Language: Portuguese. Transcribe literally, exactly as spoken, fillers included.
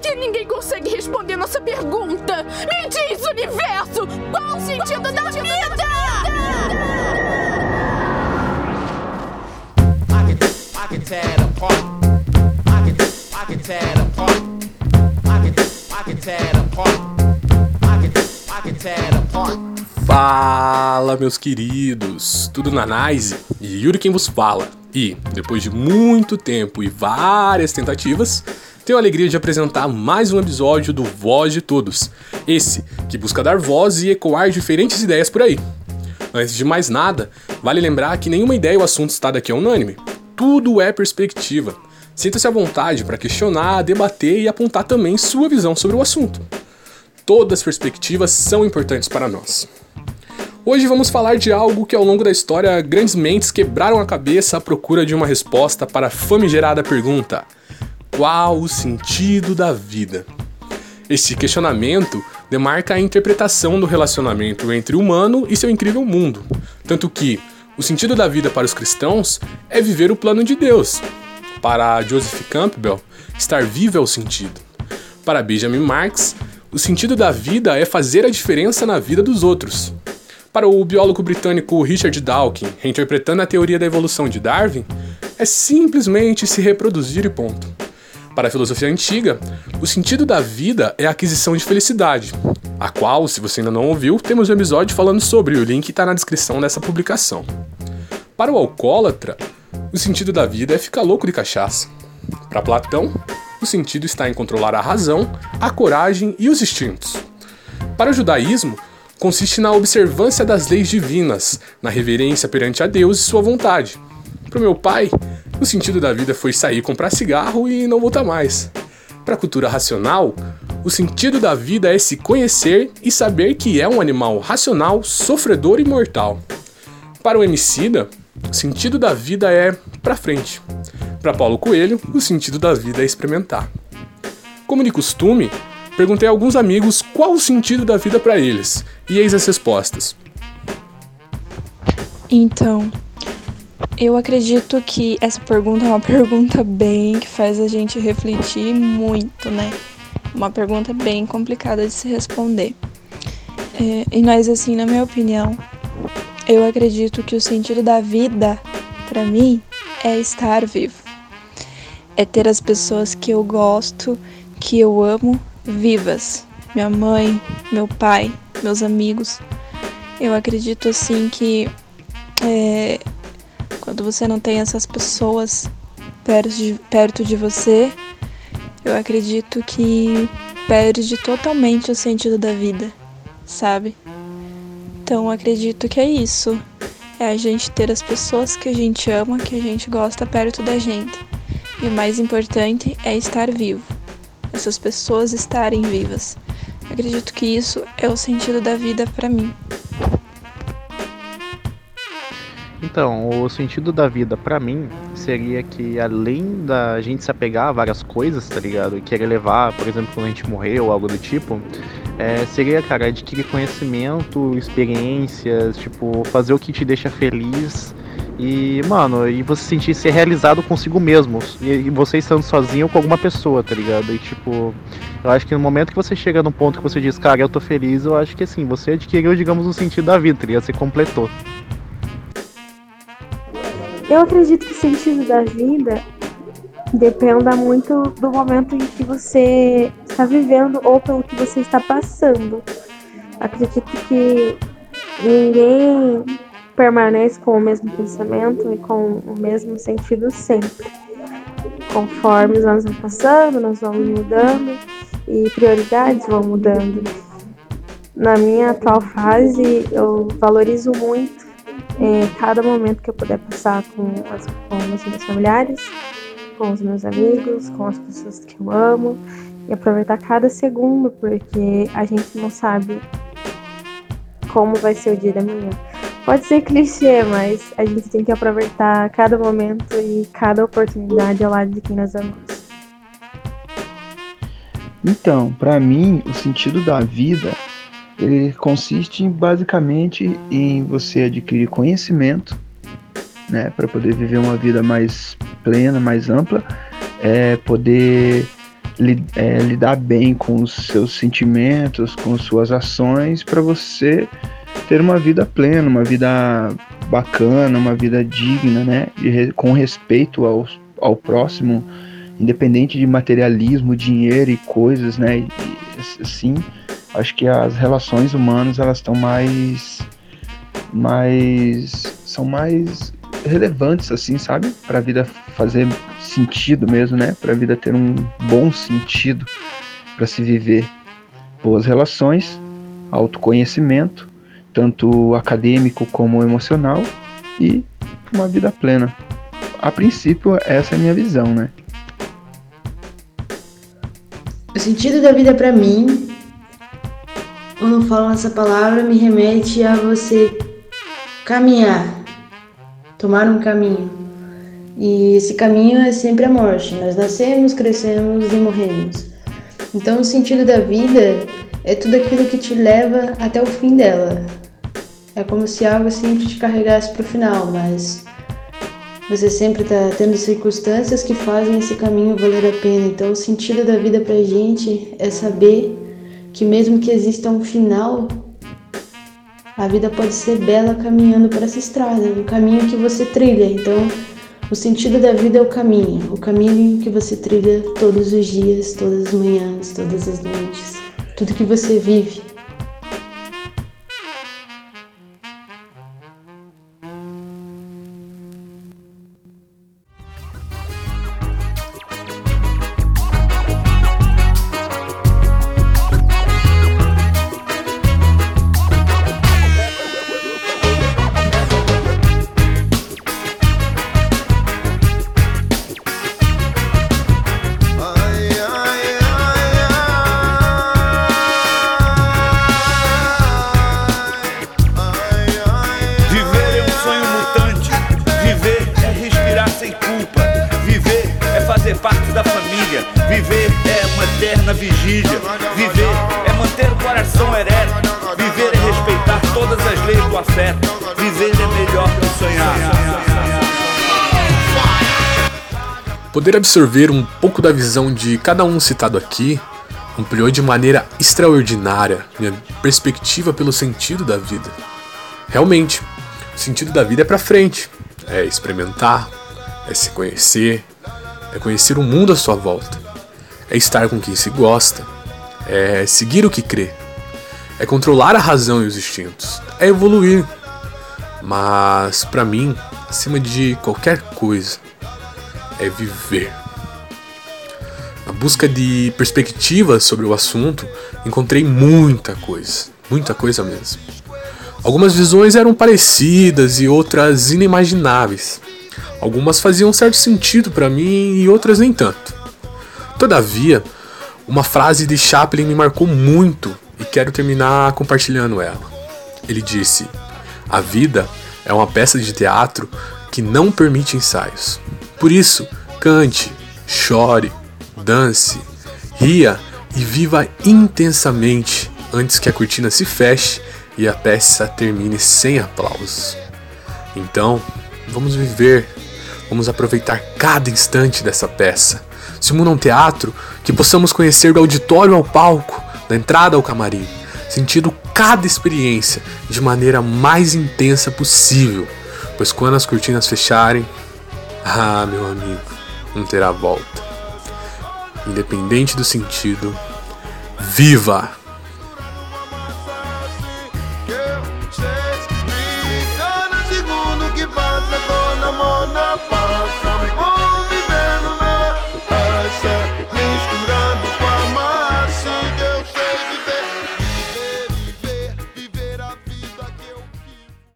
que ninguém consegue responder nossa pergunta? Me diz, universo, qual o sentido da vida? I can tear it apart. I can, I can tear it apart. I can, I can tear it apart. I can, I can tear it apart. Fala, meus queridos, tudo na Nice? E Yuri quem vos fala. E, depois de muito tempo e várias tentativas, tenho a alegria de apresentar mais um episódio do Voz de Todos. Esse que busca dar voz e ecoar diferentes ideias por aí. Antes de mais nada, vale lembrar que nenhuma ideia ou assunto citado aqui é unânime. Tudo é perspectiva. Sinta-se à vontade para questionar, debater e apontar também sua visão sobre o assunto. Todas as perspectivas são importantes para nós. Hoje vamos falar de algo que ao longo da história grandes mentes quebraram a cabeça à procura de uma resposta para a famigerada pergunta: qual o sentido da vida? Esse questionamento demarca a interpretação do relacionamento entre o humano e seu incrível mundo, tanto que o sentido da vida para os cristãos é viver o plano de Deus. Para Joseph Campbell, estar vivo é o sentido. Para Benjamin Marx, o sentido da vida é fazer a diferença na vida dos outros. Para o biólogo britânico Richard Dawkins, reinterpretando a teoria da evolução de Darwin, é simplesmente se reproduzir e ponto. Para a filosofia antiga, o sentido da vida é a aquisição de felicidade, a qual, se você ainda não ouviu, temos um episódio falando sobre, o link está na descrição dessa publicação. Para o alcoólatra, o sentido da vida é ficar louco de cachaça. Para Platão, o sentido está em controlar a razão, a coragem e os instintos. Para o judaísmo, consiste na observância das leis divinas, na reverência perante a Deus e sua vontade. Para o meu pai, o sentido da vida foi sair comprar cigarro e não voltar mais. Para a cultura racional, o sentido da vida é se conhecer e saber que é um animal racional, sofredor e mortal. Para o Emicida, o sentido da vida é pra frente. Para Paulo Coelho, o sentido da vida é experimentar. Como de costume, perguntei a alguns amigos qual o sentido da vida para eles, e eis as respostas. Então, eu acredito que essa pergunta é uma pergunta bem que faz a gente refletir muito, né? Uma pergunta bem complicada de se responder. É, e mas assim, na minha opinião, eu acredito que o sentido da vida, pra mim, é estar vivo. É ter as pessoas que eu gosto, que eu amo, vivas. Minha mãe, meu pai, meus amigos. Eu acredito assim que é, quando você não tem essas pessoas perto de, perto de você, eu acredito que perde totalmente o sentido da vida, sabe? Então eu acredito que é isso. É a gente ter as pessoas que a gente ama, que a gente gosta perto da gente. E o mais importante é estar vivo. Essas pessoas estarem vivas. Eu acredito que isso é o sentido da vida pra mim. Então, o sentido da vida pra mim seria que, além da gente se apegar a várias coisas, tá ligado? E querer levar, por exemplo, quando a gente morrer ou algo do tipo, é, seria, cara, adquirir conhecimento, experiências, tipo, fazer o que te deixa feliz e, mano, e você sentir ser realizado consigo mesmo, e, e você estando sozinho com alguma pessoa, tá ligado? E, tipo, eu acho que no momento que você chega num ponto que você diz, cara, eu tô feliz, eu acho que, assim, você adquiriu, digamos, o sentido da vida, tá ligado? Você completou. Eu acredito que o sentido da vida dependa muito do momento em que você está vivendo ou pelo que você está passando. Acredito que ninguém permanece com o mesmo pensamento e com o mesmo sentido sempre. Conforme os anos vão passando, nós vamos mudando e prioridades vão mudando. Na minha atual fase, eu valorizo muito É, cada momento que eu puder passar com, as, com os meus familiares, com os meus amigos, com as pessoas que eu amo, e aproveitar cada segundo, porque a gente não sabe como vai ser o dia da manhã. Pode ser clichê, mas a gente tem que aproveitar cada momento e cada oportunidade ao lado de quem nós amamos. Então, para mim, o sentido da vida ele consiste basicamente em você adquirir conhecimento, né, para poder viver uma vida mais plena, mais ampla, é, poder li, é, lidar bem com os seus sentimentos, com suas ações, para você ter uma vida plena, uma vida bacana, uma vida digna, né? E com respeito ao, ao próximo, independente de materialismo, dinheiro e coisas, né? E, assim, acho que as relações humanas, elas estão mais, mais, são mais relevantes, assim, sabe? Para a vida fazer sentido mesmo, né? Para a vida ter um bom sentido para se viver. Boas relações, autoconhecimento, tanto acadêmico como emocional, e uma vida plena. A princípio, essa é a minha visão, né? O sentido da vida para mim, quando falam essa palavra, me remete a você caminhar, tomar um caminho. E esse caminho é sempre a morte. Nós nascemos, crescemos e morremos. Então o sentido da vida é tudo aquilo que te leva até o fim dela. É como se algo sempre te carregasse para o final, mas você sempre está tendo circunstâncias que fazem esse caminho valer a pena. Então o sentido da vida pra gente é saber que mesmo que exista um final, a vida pode ser bela caminhando por essa estrada, o caminho que você trilha. Então o sentido da vida é o caminho, o caminho que você trilha todos os dias, todas as manhãs, todas as noites, tudo que você vive. Parte da família, viver é uma eterna vigília, viver é manter o coração ereto, viver é respeitar todas as leis do afeto, viver é melhor que sonhar. Poder absorver um pouco da visão de cada um citado aqui ampliou de maneira extraordinária minha perspectiva pelo sentido da vida. Realmente, o sentido da vida é pra frente, é experimentar, é se conhecer, é conhecer o mundo à sua volta, é estar com quem se gosta, é seguir o que crê, é controlar a razão e os instintos, é evoluir. Mas, pra mim, acima de qualquer coisa, é viver. Na busca de perspectivas sobre o assunto, encontrei muita coisa, muita coisa mesmo. Algumas visões eram parecidas e outras inimagináveis. Algumas faziam certo sentido para mim e outras nem tanto. Todavia, uma frase de Chaplin me marcou muito e quero terminar compartilhando ela. Ele disse: "A vida é uma peça de teatro que não permite ensaios. Por isso, cante, chore, dance, ria e viva intensamente antes que a cortina se feche e a peça termine sem aplausos. Então, vamos viver. Vamos aproveitar cada instante dessa peça. Se o mundo é um teatro, que possamos conhecer do auditório ao palco, da entrada ao camarim, sentindo cada experiência de maneira mais intensa possível, pois quando as cortinas fecharem, ah, meu amigo, não terá volta. Independente do sentido, viva!